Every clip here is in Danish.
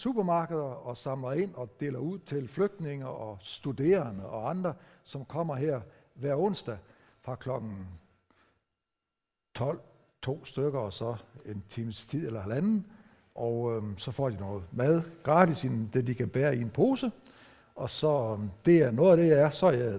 supermarkeder og samler ind og deler ud til flygtninge og studerende og andre, som kommer her hver onsdag fra klokken 12, 2 stykker og så en times tid eller halvanden. Og så får de noget mad gratis, det de kan bære i en pose. Og så det er noget af det, jeg er. Så er jeg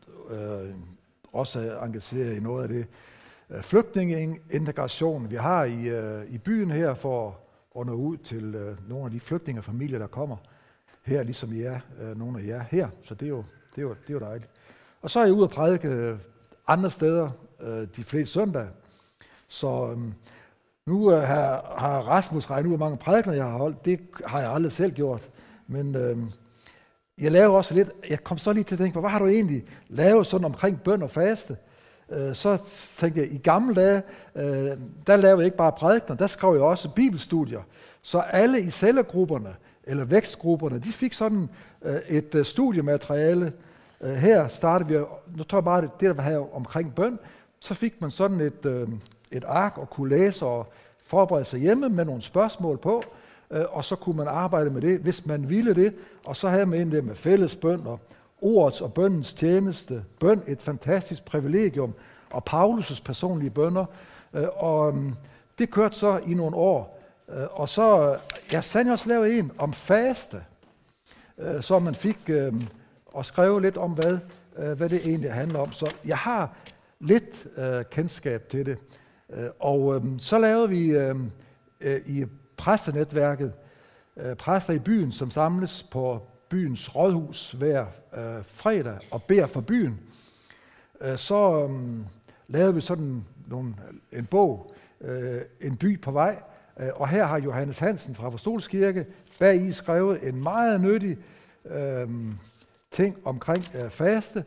også engageret i noget af det flygtningeintegration, vi har i byen her, for at nå ud til nogle af de flygtningefamilier, der kommer her, ligesom I er, nogle af jer her. Så det er jo dejligt. Og så er jeg ude at prædike andre steder de fleste søndage. Så nu har Rasmus regnet ud, hvor mange prædikener jeg har holdt. Det har jeg aldrig selv gjort. Men jeg laver også lidt, jeg kom så lige til at tænke på, hvad har du egentlig lavet sådan omkring bøn og faste? Så tænkte jeg, i gamle dage, der lavede jeg ikke bare prædikener, der skrev jeg også bibelstudier. Så alle i cellegrupperne, eller vækstgrupperne, de fik sådan et studiemateriale. Her startede vi, nu tror jeg bare, det der var her omkring bøn, så fik man sådan et ark og kunne læse og forberede sig hjemme med nogle spørgsmål på, og så kunne man arbejde med det, hvis man ville det, og så havde man det med fælles bøn og ordets og bønnens tjeneste. Bøn, et fantastisk privilegium, og Paulus' personlige bønner, og det kørte så i nogle år. Og så, jeg sandte også lavet en om faste, så man fik og skrev lidt om, hvad det egentlig handler om. Så jeg har lidt kendskab til det. Og så lavede vi i præstenetværket præster i byen, som samles på byens rådhus hver fredag og beder for byen. Så lavede vi sådan en bog, En by på vej, og her har Johannes Hansen fra Apostolskirke bag i skrevet en meget nyttig ting omkring faste.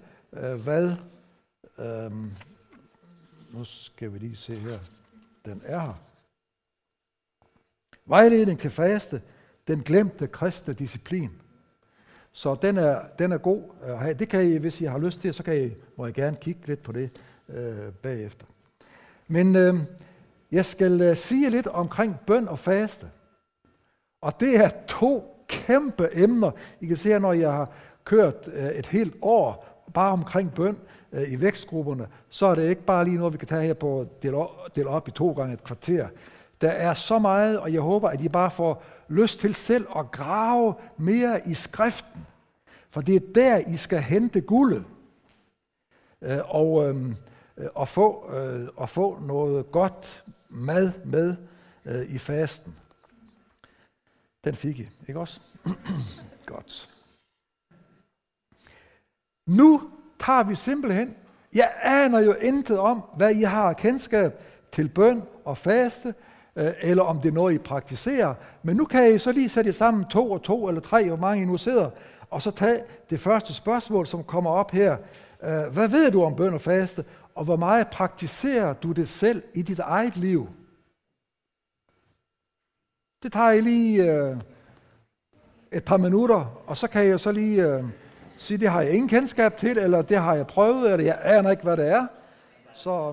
Nu skal vi lige se her. Den er her. Vejledning til faste, den glemte kristne disciplin. Så den er god at have. Det kan I, hvis I har lyst til, så må I gerne kigge lidt på det bagefter. Men jeg skal sige lidt omkring bøn og faste. Og det er 2 kæmpe emner. I kan se her, når jeg har kørt et helt år bare omkring bøn i vækstgrupperne, så er det ikke bare lige noget, vi kan tage her på dele op i 2 gange et kvarter. Der er så meget, og jeg håber, at I bare får lyst til selv at grave mere i skriften. For det er der, I skal hente guldet og få noget godt mad med i fasten. Den fik I, ikke også? Godt. Nu tager vi simpelthen, jeg aner jo intet om, hvad I har kendskab til bøn og faste, eller om det er noget, I praktiserer. Men nu kan I så lige sætte jer sammen 2 og 2 eller 3, hvor mange I nu sidder, og så tage det første spørgsmål, som kommer op her. Hvad ved du om bøn og faste, og hvor meget praktiserer du det selv i dit eget liv? Det tager I lige et par minutter, og så kan jeg så lige sige, det har jeg ingen kendskab til, eller det har jeg prøvet, eller jeg aner ikke, hvad det er. Så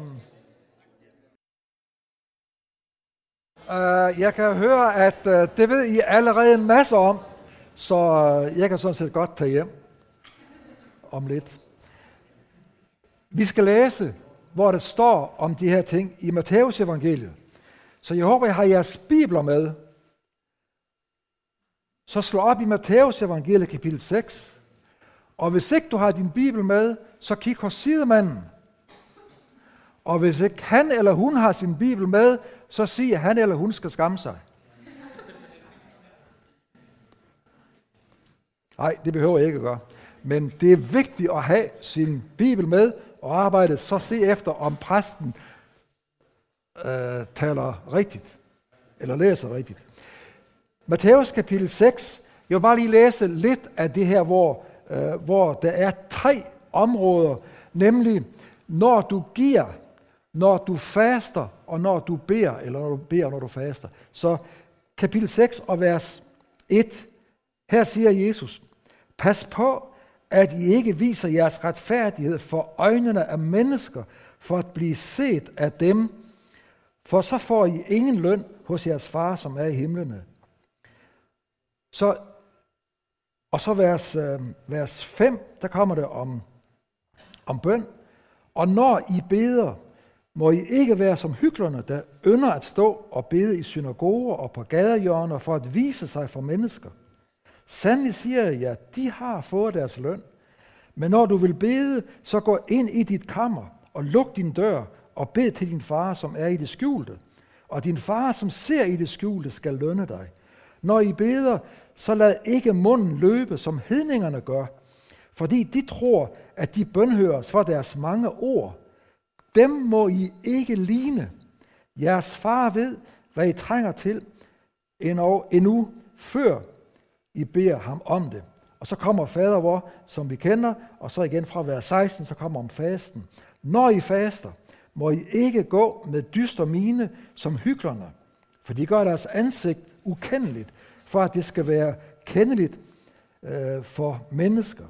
jeg kan høre, at det ved I allerede en masse om, så jeg kan sådan set godt tage hjem om lidt. Vi skal læse, hvor det står om de her ting i Matthæus evangeliet. Så jeg håber, jeg har jeres bibler med. Så slå op i Matthæus evangeliet kapitel 6. Og hvis ikke du har din bibel med, så kig hos sidemanden. Og hvis ikke han eller hun har sin bibel med, så sig, at han eller hun skal skamme sig. Nej, det behøver jeg ikke at gøre. Men det er vigtigt at have sin bibel med og arbejde, så se efter, om præsten taler rigtigt, eller læser rigtigt. Matthæus kapitel 6, jeg vil bare lige læse lidt af det her, hvor der er 3 områder, nemlig når du giver, når du faster, og når du beder, eller når du beder, når du faster. Så kapitel 6 og vers 1, her siger Jesus, pas på, at I ikke viser jeres retfærdighed for øjnene af mennesker, for at blive set af dem, for så får I ingen løn hos jeres far, som er i himlene. Så vers 5, der kommer det om bøn. Og når I beder, må I ikke være som hyklerne, der ynder at stå og bede i synagoger og på gadehjørner for at vise sig for mennesker. Sandelig siger jeg, at de har fået deres løn. Men når du vil bede, så gå ind i dit kammer og luk din dør og bed til din far, som er i det skjulte. Og din far, som ser i det skjulte, skal lønne dig. Når I beder, så lad ikke munden løbe, som hedningerne gør, fordi de tror, at de bønhøres for deres mange ord. Dem må I ikke ligne. Jeres far ved, hvad I trænger til, endnu før I beder ham om det. Og så kommer fader vor, som vi kender, og så igen fra vers 16, så kommer om fasten. Når I faster, må I ikke gå med dyster mine som hyklerne, for de gør deres ansigt ukendeligt, for at det skal være kendeligt for mennesker,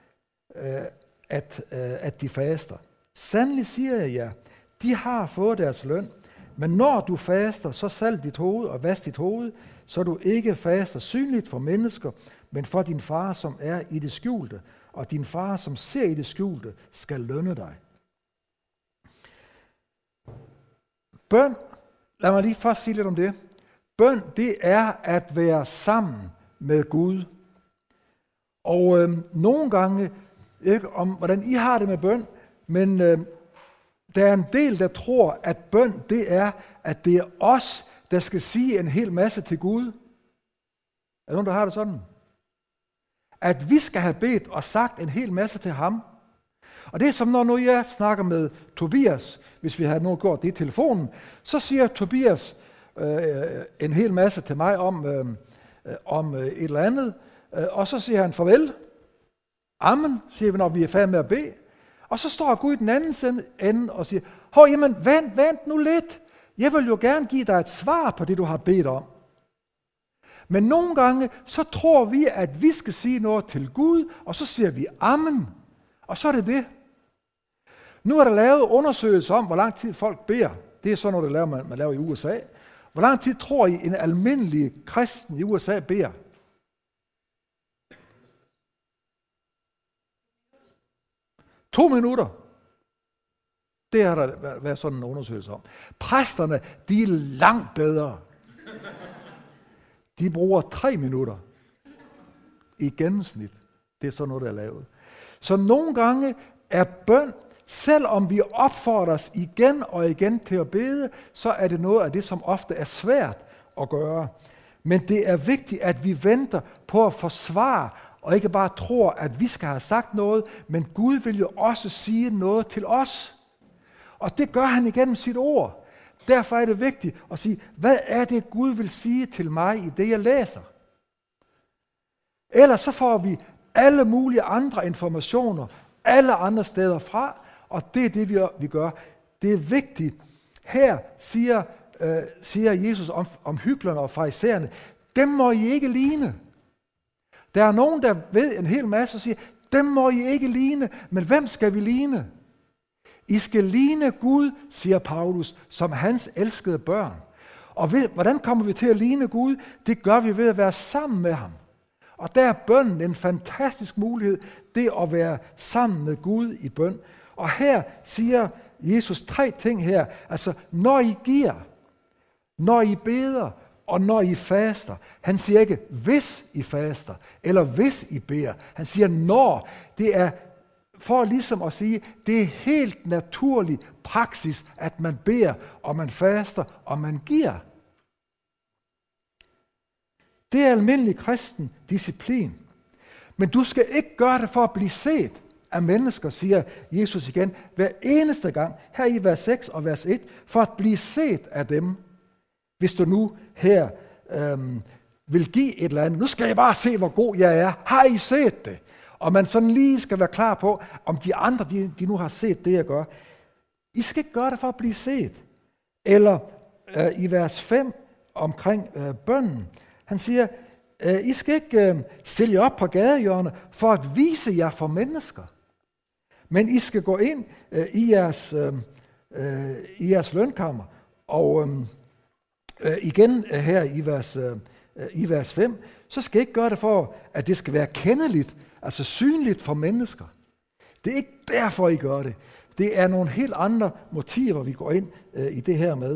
at de faster. Sandelig siger jeg jer, de har fået deres løn, men når du faster, så salg dit hoved og vask dit hoved, så du ikke faster synligt for mennesker, men for din far, som er i det skjulte, og din far, som ser i det skjulte, skal lønne dig. Bøn, lad mig lige først sige lidt om det. Bøn, det er at være sammen med Gud. Og nogle gange, ikke om hvordan I har det med bøn, men der er en del, der tror, at bøn, det er, at det er os, der skal sige en hel masse til Gud. Er der nogen, der har det sådan? At vi skal have bedt og sagt en hel masse til ham. Og det er som når nu jeg snakker med Tobias, hvis vi har nu gjort det i telefonen, så siger Tobias en hel masse til mig om et eller andet, og så siger han farvel. Amen, siger vi, når vi er færdige med at bede. Og så står Gud i den anden ende og siger, jamen vent nu lidt. Jeg vil jo gerne give dig et svar på det, du har bedt om. Men nogle gange, så tror vi, at vi skal sige noget til Gud, og så siger vi amen. Og så er det det. Nu er der lavet undersøgelser om, hvor lang tid folk beder. Det er sådan noget, man laver i USA. Hvor lang tid tror I, en almindelig kristen i USA beder? To minutter. Det har der været sådan en undersøgelse om. Præsterne, de er langt bedre. De bruger 3 minutter i gennemsnit. Det er sådan noget, der er lavet. Så nogle gange er bøn, selvom vi opfordres igen og igen til at bede, så er det noget af det, som ofte er svært at gøre. Men det er vigtigt, at vi venter på at forsvare, og ikke bare tror, at vi skal have sagt noget, men Gud vil jo også sige noget til os. Og det gør han igennem sit ord. Derfor er det vigtigt at sige, hvad er det, Gud vil sige til mig i det, jeg læser? Ellers så får vi alle mulige andre informationer, alle andre steder fra, og det er det, vi gør. Det er vigtigt. Her siger Jesus om hyklerne og farisæerne, dem må I ikke ligne. Der er nogen, der ved en hel masse og siger, dem må I ikke ligne, men hvem skal vi ligne? I skal ligne Gud, siger Paulus, som hans elskede børn. Og hvordan kommer vi til at ligne Gud? Det gør vi ved at være sammen med ham. Og der er bønnen en fantastisk mulighed, det at være sammen med Gud i bøn. Og her siger Jesus 3 ting her. Altså, når I giver, når I beder, og når I faster. Han siger ikke, hvis I faster, eller hvis I beder. Han siger, når. Det er for ligesom at sige, det er helt naturlig praksis, at man beder, og man faster, og man giver. Det er almindelig kristen disciplin. Men du skal ikke gøre det for at blive set af mennesker, siger Jesus igen, hver eneste gang, her i vers 6 og vers 1, for at blive set af dem. Hvis du nu her vil give et eller andet, nu skal jeg bare se, hvor god jeg er. Har I set det? Og man sådan lige skal være klar på, om de andre, de nu har set det, jeg gør. I skal ikke gøre det for at blive set. Eller i vers 5 omkring bønnen, han siger, I skal ikke stille jer op på gadehjørner for at vise jer for mennesker. Men I skal gå ind i jeres lønkammer. Og igen her i vers 5, så skal I ikke gøre det for, at det skal være kendeligt, altså synligt for mennesker. Det er ikke derfor, I gør det. Det er nogle helt andre motiver, vi går ind i det her med.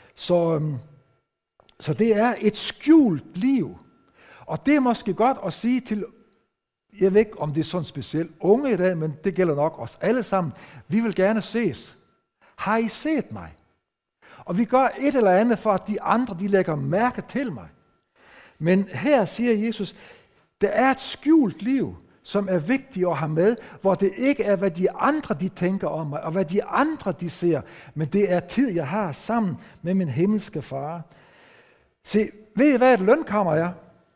Så det er et skjult liv. Og det er måske godt at sige til, jeg ved ikke, om det er sådan specielt unge i dag, men det gælder nok os alle sammen. Vi vil gerne ses. Har I set mig? Og vi gør et eller andet for, at de andre, de lægger mærke til mig. Men her siger Jesus, der er et skjult liv, som er vigtigt at have med, hvor det ikke er, hvad de andre de tænker om mig, og hvad de andre de ser, men det er tid, jeg har sammen med min himmelske far. Se, ved I, hvad et lønkammer er?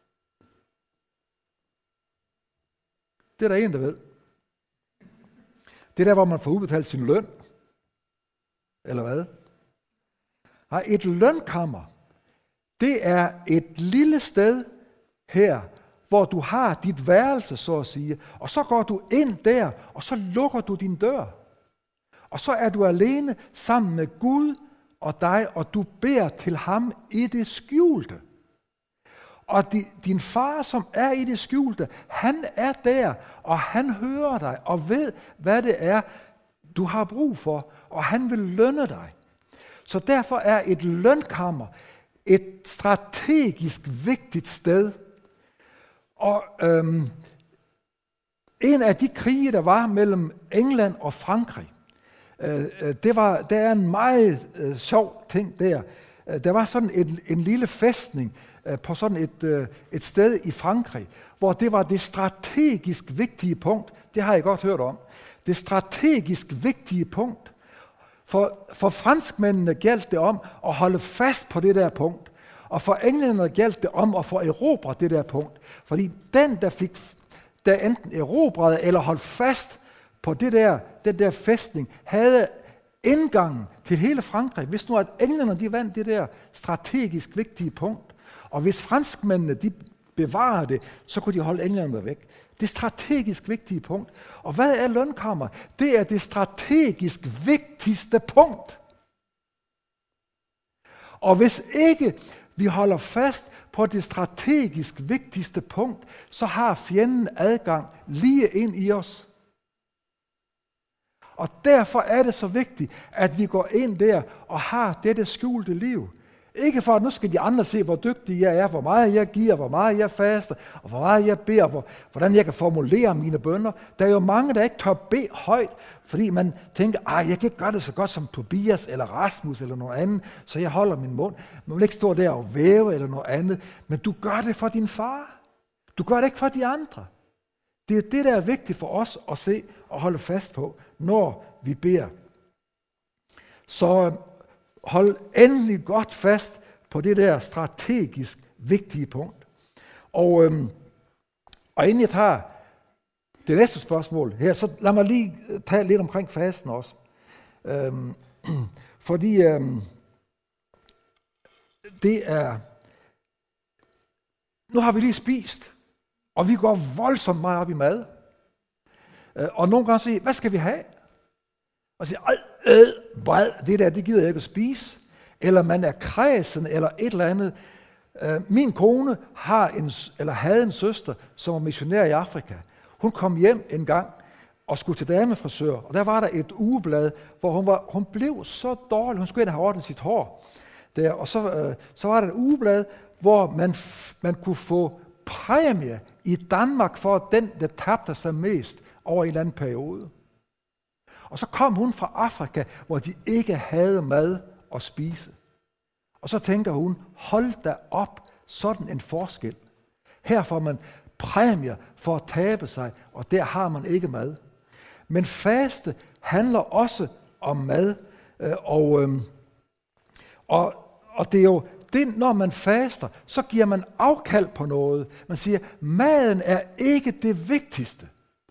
Det er der en, der ved. Det er der, hvor man får udbetalt sin løn. Eller hvad? Nej, et lønkammer, det er et lille sted her, hvor du har dit værelse, så at sige, og så går du ind der, og så lukker du din dør. Og så er du alene sammen med Gud og dig, og du beder til ham i det skjulte. Og din far, som er i det skjulte, han er der, og han hører dig, og ved, hvad det er, du har brug for, og han vil lønne dig. Så derfor er et lønkammer et strategisk vigtigt sted. Og en af de krige, der var mellem England og Frankrig, der er en meget sjov ting der. Der var sådan en lille fæstning på sådan et sted i Frankrig, hvor det var det strategisk vigtige punkt. Det har jeg godt hørt om. Det strategisk vigtige punkt. For franskmændene gjaldt det om at holde fast på det der punkt. Og for englænderne gjaldt det om at få erobret det der punkt. Fordi den, der enten erobrede eller holdt fast på den der fæstning, havde indgangen til hele Frankrig. Hvis nu at englænderne de vandt det der strategisk vigtige punkt, og hvis franskmændene de bevarede det, så kunne de holde englænderne væk. Det strategisk vigtige punkt. Og hvad er lønkammer? Det er det strategisk vigtigste punkt. Og hvis ikke vi holder fast på det strategisk vigtigste punkt, så har fjenden adgang lige ind i os. Og derfor er det så vigtigt, at vi går ind der og har dette skjulte liv. Ikke for, at nu skal de andre se, hvor dygtig jeg er, hvor meget jeg giver, hvor meget jeg faster, og hvor meget jeg beder, hvordan jeg kan formulere mine bønner. Der er jo mange, der ikke tør bede højt, fordi man tænker, jeg kan ikke gøre det så godt som Tobias eller Rasmus eller noget andet, så jeg holder min mund. Man vil ikke stå der og væve eller noget andet, men du gør det for din far. Du gør det ikke for de andre. Det er det, der er vigtigt for os at se og holde fast på, når vi beder. Så hold endelig godt fast på det der strategisk vigtige punkt. Og inden jeg tager det næste spørgsmål her, så lad mig lige tale lidt omkring fasten også. Fordi det er... Nu har vi lige spist, og vi går voldsomt meget op i mad. Og nogle gange siger, hvad skal vi have? Og siger, det gider jeg ikke at spise. Eller man er kræsen, eller et eller andet. Min kone havde en søster, som var missionær i Afrika. Hun kom hjem en gang og skulle til damefrisør. Og der var der et ugeblad, hvor hun blev så dårlig. Hun skulle ind og have ordnet sit hår. Der, og så var der et ugeblad, hvor man kunne få præmie i Danmark for den, der tabte sig mest over en eller anden periode. Og så kom hun fra Afrika, hvor de ikke havde mad at spise. Og så tænker hun, hold da op, sådan en forskel. Her får man præmier for at tabe sig, og der har man ikke mad. Men faste handler også om mad. Og det er jo det, når man faster, så giver man afkald på noget. Man siger, maden er ikke det vigtigste.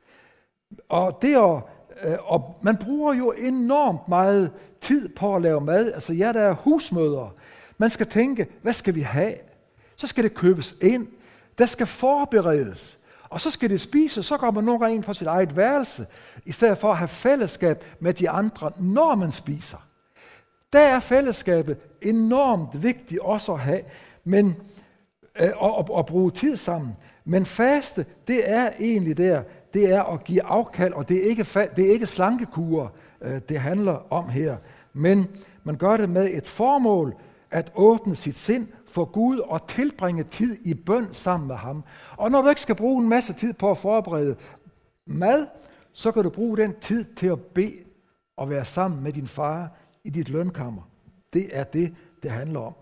Og man bruger jo enormt meget tid på at lave mad. Altså der er husmødre. Man skal tænke, hvad skal vi have? Så skal det købes ind. Der skal forberedes. Og så skal det spises. Så går man nogle gange ind på sit eget værelse, i stedet for at have fællesskab med de andre, når man spiser. Der er fællesskabet enormt vigtigt også at have. Men og bruge tid sammen. Men faste, det er egentlig det er at give afkald, og det er ikke slankekurer, det handler om her. Men man gør det med et formål, at åbne sit sind for Gud og tilbringe tid i bøn sammen med ham. Og når du ikke skal bruge en masse tid på at forberede mad, så kan du bruge den tid til at bede og være sammen med din far i dit lønkammer. Det er det handler om.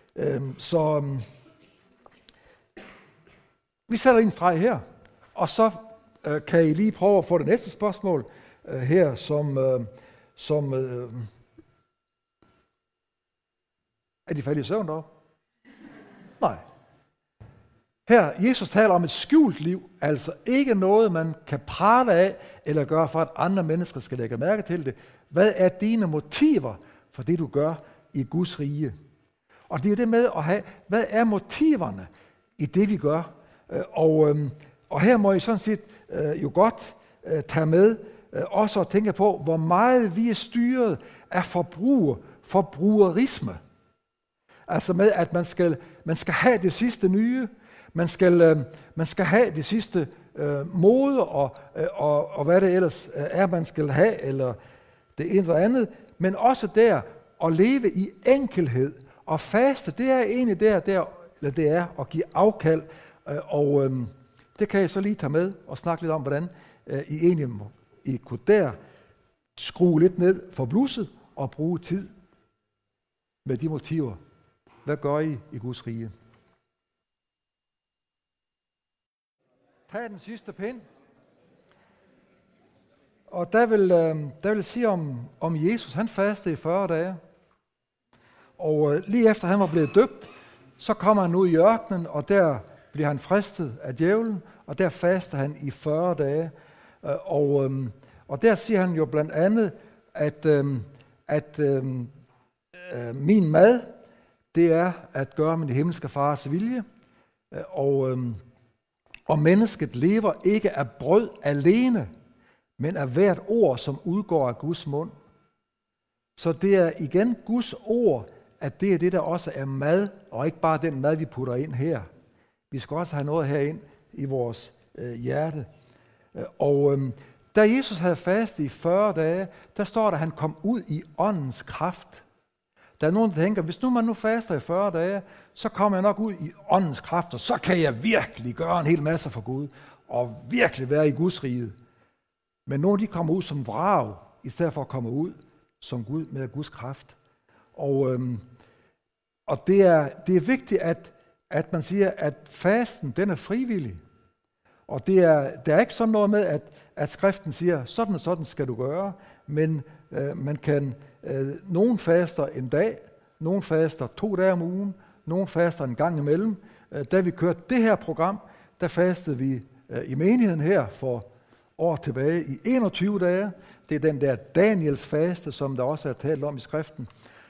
Vi sætter en streg her, og så kan I lige prøve at få det næste spørgsmål her, som er de faldet i søvn dog? Nej. Her, Jesus taler om et skjult liv, altså ikke noget, man kan prale af, eller gøre for, at andre mennesker skal lægge mærke til det. Hvad er dine motiver for det, du gør i Guds rige? Og det er jo det med at have, hvad er motiverne i det, vi gør? Og her må I sådan set jo godt tage med, også at tænke på, hvor meget vi er styret af forbrugerisme. Altså med, at man skal have det sidste nye, man skal have det sidste mode, og hvad det ellers er, man skal have, eller det ene eller andet, men også der at leve i enkelhed og faste, det er egentlig det er at give afkald, og det kan jeg så lige tage med og snakke lidt om, hvordan I kunne der skrue lidt ned for blusset og bruge tid med de motiver. Hvad gør I Guds rige? Tag den sidste pind. Og der vil sige om Jesus, han fastede i 40 dage. Og lige efter han var blevet døbt, så kommer han ud i ørkenen, og der bliver han fristet af djævlen, og der faster han i 40 dage. Og der siger han jo blandt andet, at min mad, det er at gøre min himmelske fars vilje, og mennesket lever ikke af brød alene, men af hvert ord, som udgår af Guds mund. Så det er igen Guds ord, at det er det, der også er mad, og ikke bare den mad, vi putter ind her. Vi skal også have noget herind i vores hjerte. Da Jesus havde fastet i 40 dage, der står der, at han kom ud i åndens kraft. Der er nogen, der tænker, hvis man nu faster i 40 dage, så kommer jeg nok ud i åndens kraft, og så kan jeg virkelig gøre en hel masse for Gud, og virkelig være i Guds rige. Men nogle de kommer ud som vrag, i stedet for at komme ud som Gud med Guds kraft. Og det er vigtigt, at man siger, at fasten, den er frivillig. Og der er ikke sådan noget med, at skriften siger, sådan og sådan skal du gøre, men man kan, nogen faster en dag, nogen faster 2 dage om ugen, nogen faster en gang imellem. Da vi kørte det her program, der fastede vi i menigheden her for år tilbage i 21 dage. Det er den der Daniels faste, som der også er talt om i skriften.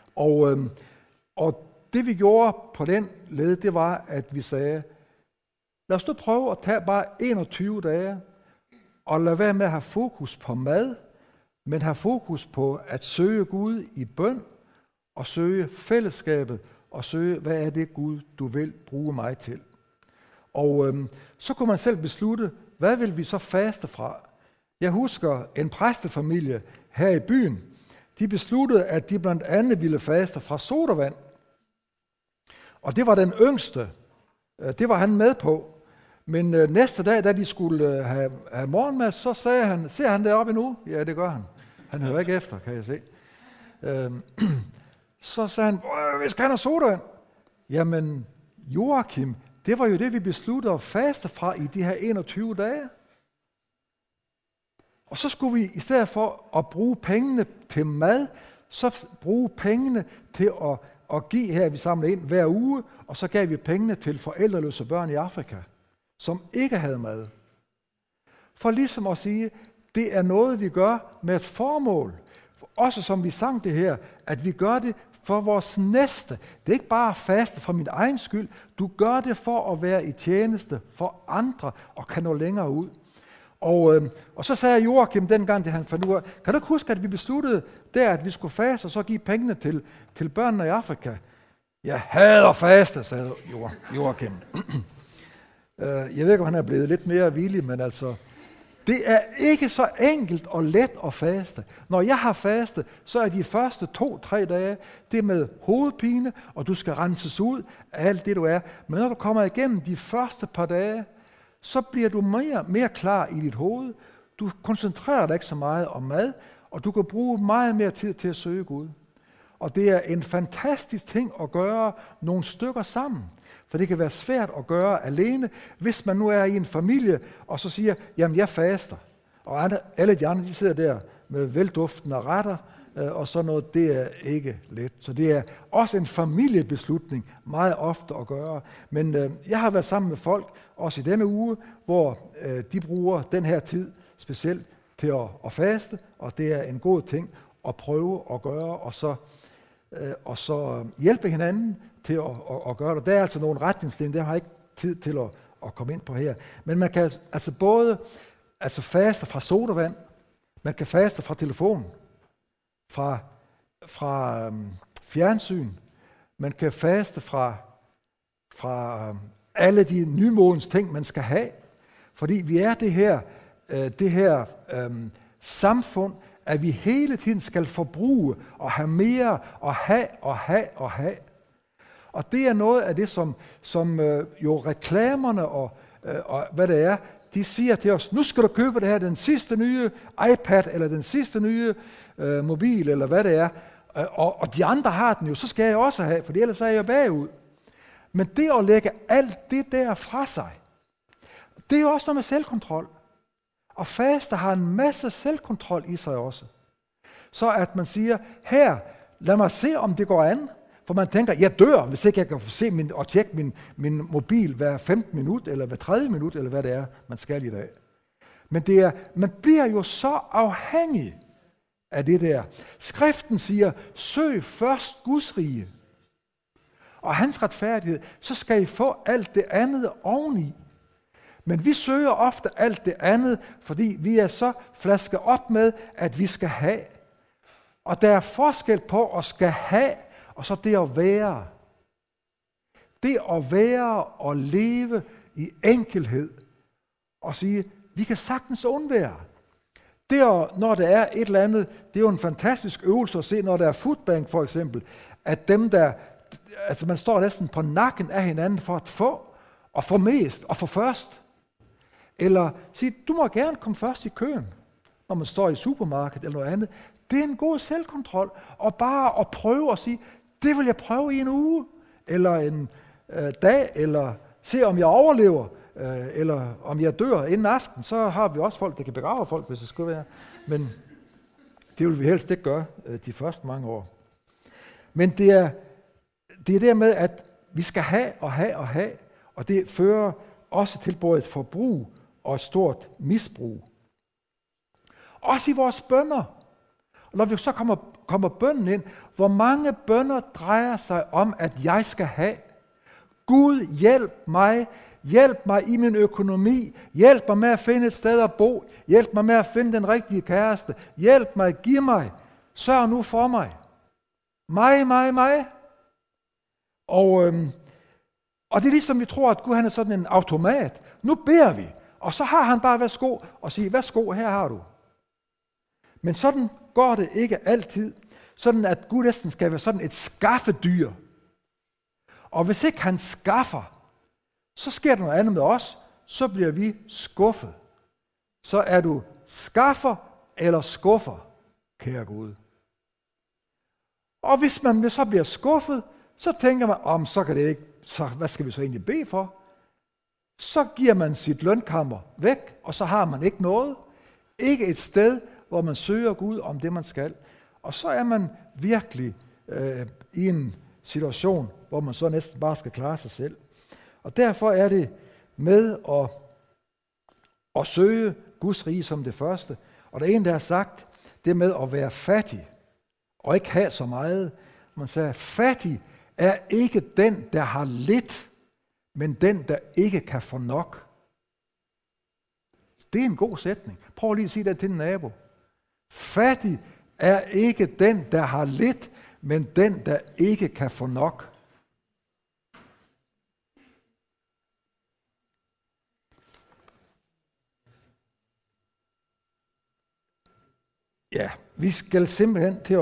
Og det vi gjorde på den led, det var, at vi sagde, lad os nu prøve at tage bare 21 dage, og lade være med at have fokus på mad, men have fokus på at søge Gud i bøn, og søge fællesskabet, og søge, hvad er det Gud, du vil bruge mig til. Og så kunne man selv beslutte, hvad vil vi så faste fra? Jeg husker en præstefamilie her i byen, de besluttede, at de blandt andet ville faste fra sodavand. Og det var den yngste. Det var han med på. Men næste dag, da de skulle have morgenmad, så sagde han, ser han deroppe endnu? Ja, det gør han. Han hører ikke efter, kan jeg se. Så sagde han, vi skal have sodavand. Jamen, Joachim, det var jo det, vi besluttede at faste fra i de her 21 dage. Og så skulle vi, i stedet for at bruge pengene til mad, så bruge pengene til at give her, vi samlede ind hver uge, og så gav vi pengene til forældreløse børn i Afrika, som ikke havde mad. For ligesom at sige, det er noget, vi gør med et formål. Også som vi sang det her, at vi gør det for vores næste. Det er ikke bare faste for min egen skyld. Du gør det for at være i tjeneste for andre og kan nå længere ud. Og så sagde Joachim dengang, det han fandt ud af, kan du ikke huske, at vi besluttede der, at vi skulle faste og så give pengene til børnene i Afrika? Jeg hader faste, sagde Joachim. Jeg ved ikke, om han er blevet lidt mere villig, men altså, det er ikke så enkelt og let at faste. Når jeg har faste, så er de første 2-3 dage, det med hovedpine, og du skal renses ud af alt det, du er. Men når du kommer igennem de første par dage, så bliver du mere klar i dit hoved. Du koncentrerer dig ikke så meget om mad, og du kan bruge meget mere tid til at søge Gud. Og det er en fantastisk ting at gøre nogle stykker sammen. For det kan være svært at gøre alene, hvis man nu er i en familie, og så siger, jamen jeg faster. Og alle de andre, de sidder der med velduftende retter, og sådan noget, det er ikke let. Så det er også en familiebeslutning, meget ofte at gøre. Men jeg har været sammen med folk, også i denne uge, hvor de bruger den her tid specielt til at faste, og det er en god ting at prøve at gøre, og så hjælpe hinanden til at gøre det. Der er altså nogle retningslinjer, der har jeg ikke tid til at komme ind på her. Men man kan altså både faste fra sodavand, man kan faste fra telefon, fra fjernsyn, man kan faste fra alle de nymodens ting, man skal have. Fordi vi er det her samfund, at vi hele tiden skal forbruge og have mere og have. Og det er noget af det, som jo reklamerne og hvad det er, de siger til os, nu skal du købe det her, den sidste nye iPad, eller den sidste nye mobil, eller hvad det er. Og de andre har den jo, så skal jeg også have, for ellers er jeg bagud. Men det at lægge alt det der fra sig, det er jo også noget med selvkontrol. Og faste har en masse selvkontrol i sig også. Så at man siger, her, lad mig se, om det går an. For man tænker, jeg dør, hvis ikke jeg kan se og tjekke min mobil hver 15 minut, eller hver 30 minut, eller hvad det er, man skal i dag. Men man bliver jo så afhængig af det der. Skriften siger, søg først Guds rige og hans retfærdighed, så skal I få alt det andet oveni. Men vi søger ofte alt det andet, fordi vi er så flasket op med, at vi skal have. Og der er forskel på at skal have, og så det at være. Det at være og leve i enkelhed. Og sige, vi kan sagtens undvære. Når der er et eller andet, det er jo en fantastisk øvelse at se, når der er foodbank for eksempel, at dem der, altså man står næsten på nakken af hinanden for at få, og få mest, og få først. Eller sige, du må gerne komme først i køen, når man står i supermarkedet eller noget andet. Det er en god selvkontrol, og bare at prøve at sige, det vil jeg prøve i en uge, eller en dag, eller se om jeg overlever, eller om jeg dør inden aften. Så har vi også folk, der kan begrave folk, hvis det skulle være. Men det vil vi helst ikke gøre de første mange år. Men det er det med, at vi skal have, og det fører også til både et forbrug og et stort misbrug. Også i vores bønner. Og når vi så kommer bønnen ind, hvor mange bønner drejer sig om, at jeg skal have. Gud, hjælp mig i min økonomi, hjælp mig med at finde et sted at bo, hjælp mig med at finde den rigtige kæreste, hjælp mig, giv mig, sørg nu for mig. Mig. Og det er ligesom, vi tror, at Gud han er sådan en automat. Nu beder vi, og så har han bare værsgo, og siger, værsgo, her har du. Men sådan går det ikke altid. Sådan at Gud næsten skal være sådan et skaffedyr. Og hvis ikke han skaffer, så sker der noget andet med os, så bliver vi skuffet. Så er du skaffer eller skuffer, kære Gud. Og hvis man så bliver skuffet, så tænker man, så kan det ikke, så hvad skal vi så egentlig bede for? Så giver man sit lønkammer væk, og så har man ikke noget. Ikke et sted, hvor man søger Gud om det, man skal. Og så er man virkelig i en situation, hvor man så næsten bare skal klare sig selv. Og derfor er det med at søge Guds rige som det første. Og der er en, der har sagt, det med at være fattig og ikke have så meget. Man siger, fattig er ikke den, der har lidt, men den, der ikke kan få nok. Det er en god sætning. Prøv lige at sige det til din nabo. Fattig er ikke den, der har lidt, men den, der ikke kan få nok. Ja, vi skal simpelthen til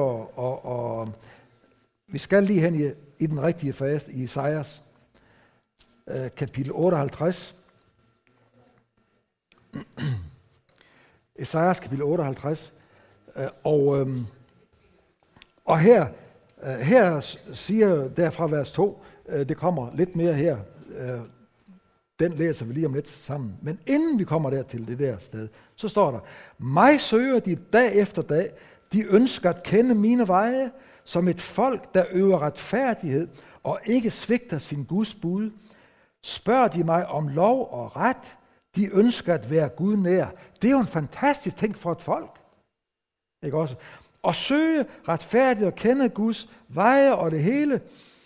vi skal lige hen i den rigtige faste, i Esajas kapitel 58. Esajas kapitel 58. Og her siger derfra vers 2, det kommer lidt mere her, den læser vi lige om lidt sammen. Men inden vi kommer der til det der sted, så står der, mig søger de dag efter dag, de ønsker at kende mine veje, som et folk, der øver retfærdighed og ikke svigter sin Guds bud. Spørger de mig om lov og ret, de ønsker at være Gud nær. Det er jo en fantastisk ting for et folk. Ikke også? At søge retfærdigt og kende Guds veje og det hele.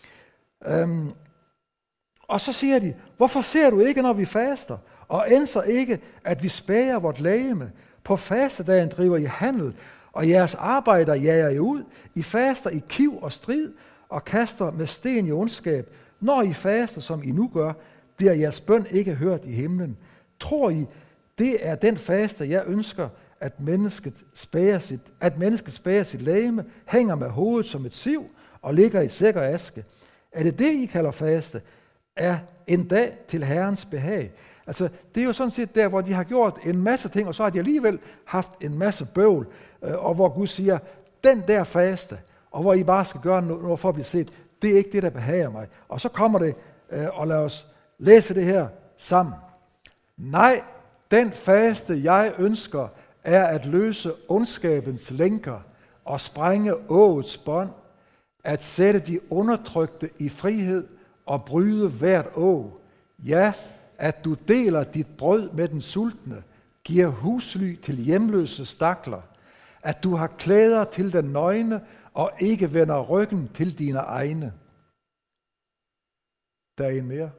Og så siger de, hvorfor ser du ikke, når vi faster? Og ændrer ikke, at vi spærer vort legeme. På fastedagen driver I handel, og jeres arbejder jager I ud. I faster i kiv og strid, og kaster med sten i ondskab. Når I faster, som I nu gør, bliver jeres bøn ikke hørt i himlen. Tror I, det er den faste, jeg ønsker, at mennesket spærer sit legeme, hænger med hovedet som et siv, og ligger i sæk og aske? Er det det, I kalder faste? Er en dag til Herrens behag? Altså, det er jo sådan set der, hvor de har gjort en masse ting, og så har de alligevel haft en masse bøvl, og hvor Gud siger, den der faste, og hvor I bare skal gøre noget for at blive set, det er ikke det, der behager mig. Og så kommer det, og lad os læse det her sammen. Nej, den faste, jeg ønsker, er at løse ondskabens lænker og sprænge ågets bånd, at sætte de undertrykte i frihed og bryde hvert åg. Ja, at du deler dit brød med den sultne, giver husly til hjemløse stakler, at du har klæder til den nøgne og ikke vender ryggen til dine egne. Der er en mere.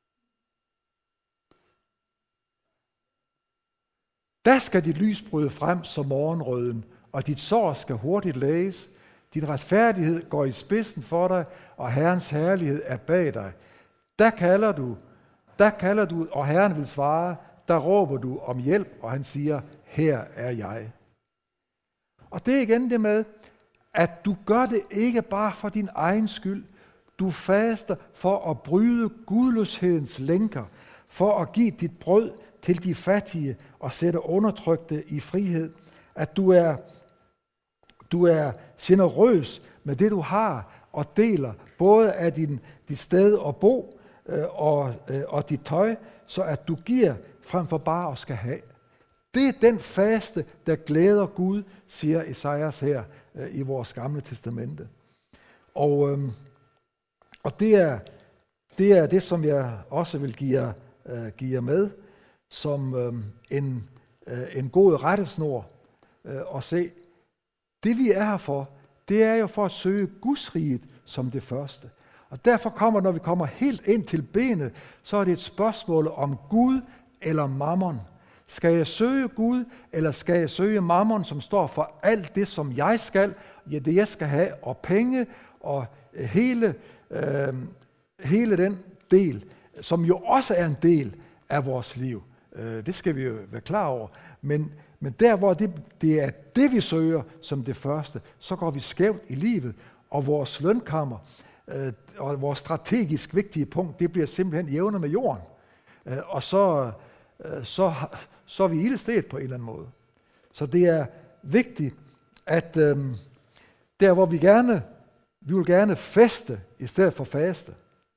Der skal dit lys bryde frem som morgenrøden, og dit sår skal hurtigt læges. Dit retfærdighed går i spidsen for dig, og Herrens herlighed er bag dig. Der kalder du, og Herren vil svare. Der råber du om hjælp, og han siger, her er jeg. Og det er igen det med, at du gør det ikke bare for din egen skyld. Du faster for at bryde gudløshedens lænker, for at give dit brød til de fattige og sætte undertrykte i frihed. At du er generøs med det, du har, og deler både af dit sted at bo og dit tøj, så at du giver frem for bare at skal have. Det er den faste, der glæder Gud, siger Esajas her i vores gamle testamente. Og det er det, som jeg også vil give jer med, som en god rettesnor at se. Det vi er her for, det er jo for at søge Guds riget som det første. Og derfor når vi kommer helt ind til benet, så er det et spørgsmål om Gud eller mammon. Skal jeg søge Gud, eller skal jeg søge mammon, som står for alt det, som jeg skal, ja, det jeg skal have, og penge, og hele den del, som jo også er en del af vores liv. Det skal vi jo være klar over. Men der, hvor det er det, vi søger som det første, så går vi skævt i livet, og vores lønkammer og vores strategisk vigtige punkt, det bliver simpelthen jævnet med jorden. Og så er vi ildested på en eller anden måde. Så det er vigtigt, at der, hvor vi vil gerne feste i stedet for faste.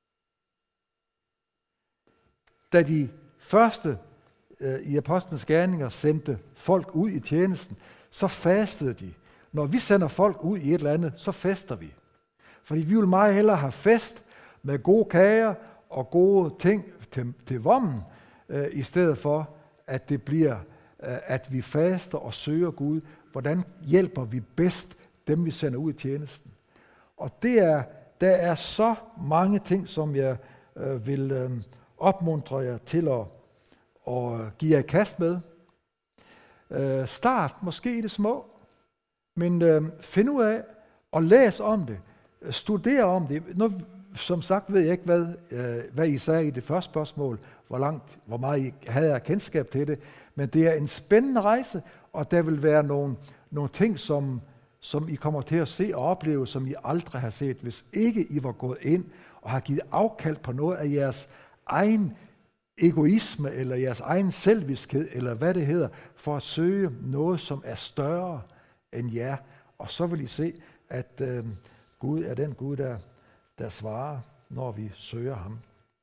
Da de første i apostlenes gerninger sendte folk ud i tjenesten, så fastede de. Når vi sender folk ud i et eller andet, så fester vi. Fordi vi vil meget hellere have fest med gode kager og gode ting til vommen, i stedet for, at det bliver, at vi faster og søger Gud. Hvordan hjælper vi bedst dem, vi sender ud i tjenesten? Og der er så mange ting, som jeg vil opmuntre jer til at give jer et kast med. Start måske i det små, men find ud af og læs om det. Studer om det. Nu, som sagt ved jeg ikke, hvad I sagde i det første spørgsmål, hvor meget I havde af kendskab til det, men det er en spændende rejse, og der vil være nogle ting, som I kommer til at se og opleve, som I aldrig har set, hvis ikke I var gået ind og har givet afkald på noget af jeres egen egoisme, eller jeres egen selviskhed, eller hvad det hedder, for at søge noget, som er større end jer. Og så vil I se, at Gud er den Gud, der svarer, når vi søger ham.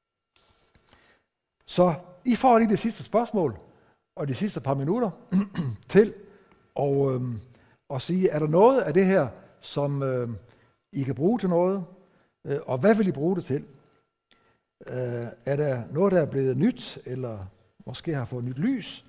Så I får lige det sidste spørgsmål, og de sidste par minutter til at sige, er der noget af det her, som I kan bruge til noget, og hvad vil I bruge det til? Er der noget, der er blevet nyt, eller måske har fået nyt lys?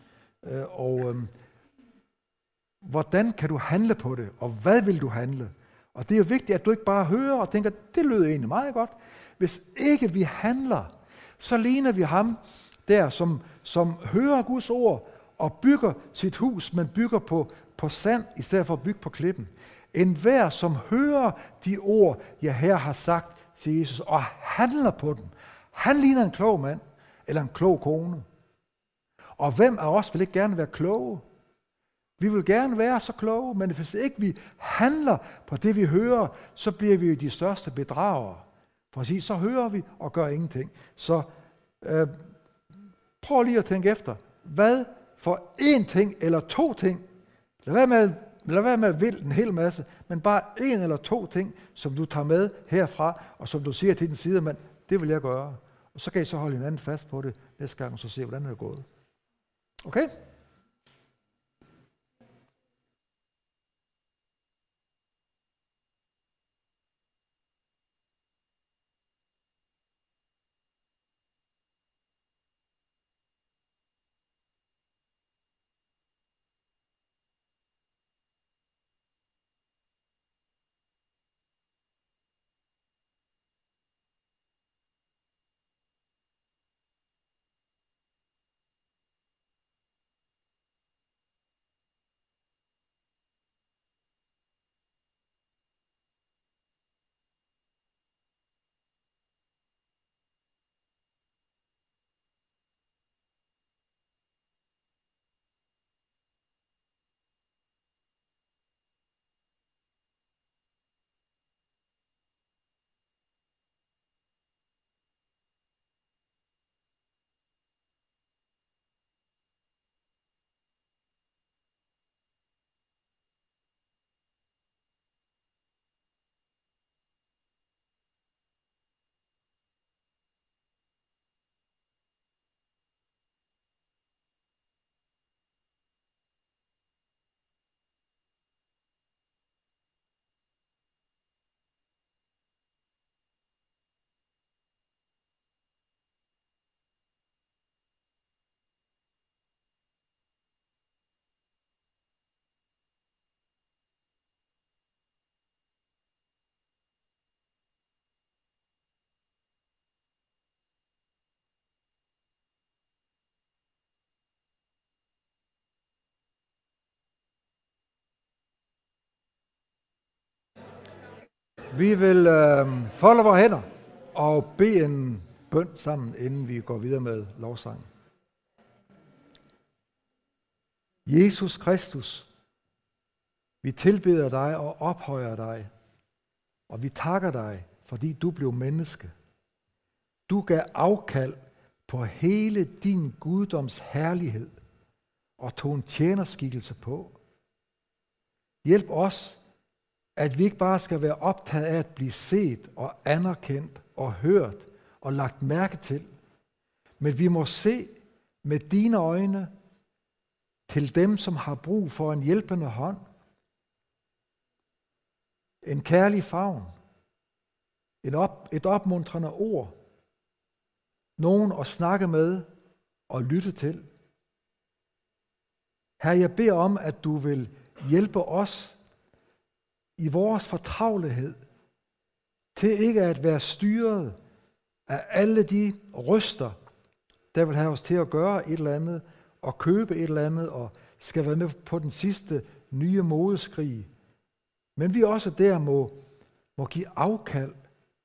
Hvordan kan du handle på det, og hvad vil du handle? Og det er jo vigtigt, at du ikke bare hører og tænker, det lyder egentlig meget godt. Hvis ikke vi handler, så ligner vi ham der, som hører Guds ord og bygger sit hus, men bygger på sand, i stedet for at bygge på klippen. Enhver, som hører de ord, jeg her har sagt, siger Jesus, og handler på dem, han ligner en klog mand, eller en klog kone. Og hvem af os vil ikke gerne være kloge? Vi vil gerne være så kloge, men hvis ikke vi handler på det, vi hører, så bliver vi jo de største bedragere. For at sige, så hører vi og gør ingenting. Så prøv lige at tænke efter. Hvad for én ting eller to ting? Lad være med at ville en hel masse, men bare en eller to ting, som du tager med herfra, og som du siger til din sidemand, det vil jeg gøre. Og så kan I så holde hinanden fast på det næste gang, og så se, hvordan det er gået. Okay? Vi vil folde vores hænder og bede en bøn sammen, inden vi går videre med lovsangen. Jesus Kristus, vi tilbeder dig og ophøjer dig, og vi takker dig, fordi du blev menneske. Du gav afkald på hele din guddoms herlighed og tog en tjenerskikkelse på. Hjælp os, at vi ikke bare skal være optaget af at blive set og anerkendt og hørt og lagt mærke til, men vi må se med dine øjne til dem, som har brug for en hjælpende hånd, en kærlig favn, et opmuntrende ord, nogen at snakke med og lytte til. Herre, jeg beder om, at du vil hjælpe os i vores fortravlighed til ikke at være styret af alle de røster, der vil have os til at gøre et eller andet og købe et eller andet og skal være med på den sidste nye modeskrig. Men vi også der må give afkald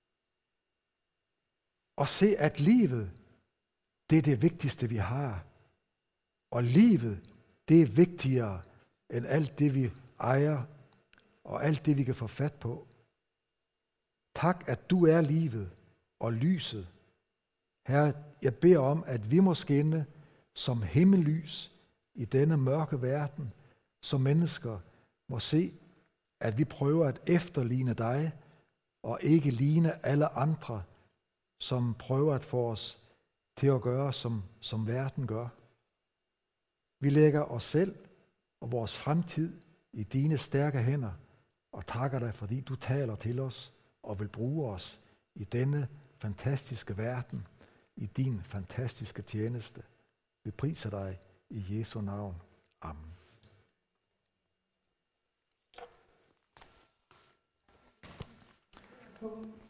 og se, at livet, det er det vigtigste, vi har. Og livet, det er vigtigere end alt det, vi ejer og alt det, vi kan få fat på. Tak, at du er livet og lyset. Herre, jeg beder om, at vi må skinne som himmellys i denne mørke verden, så mennesker må se, at vi prøver at efterligne dig, og ikke ligne alle andre, som prøver at få os til at gøre, som verden gør. Vi lægger os selv og vores fremtid i dine stærke hænder, og takker dig, fordi du taler til os og vil bruge os i denne fantastiske verden, i din fantastiske tjeneste. Vi priser dig i Jesu navn. Amen.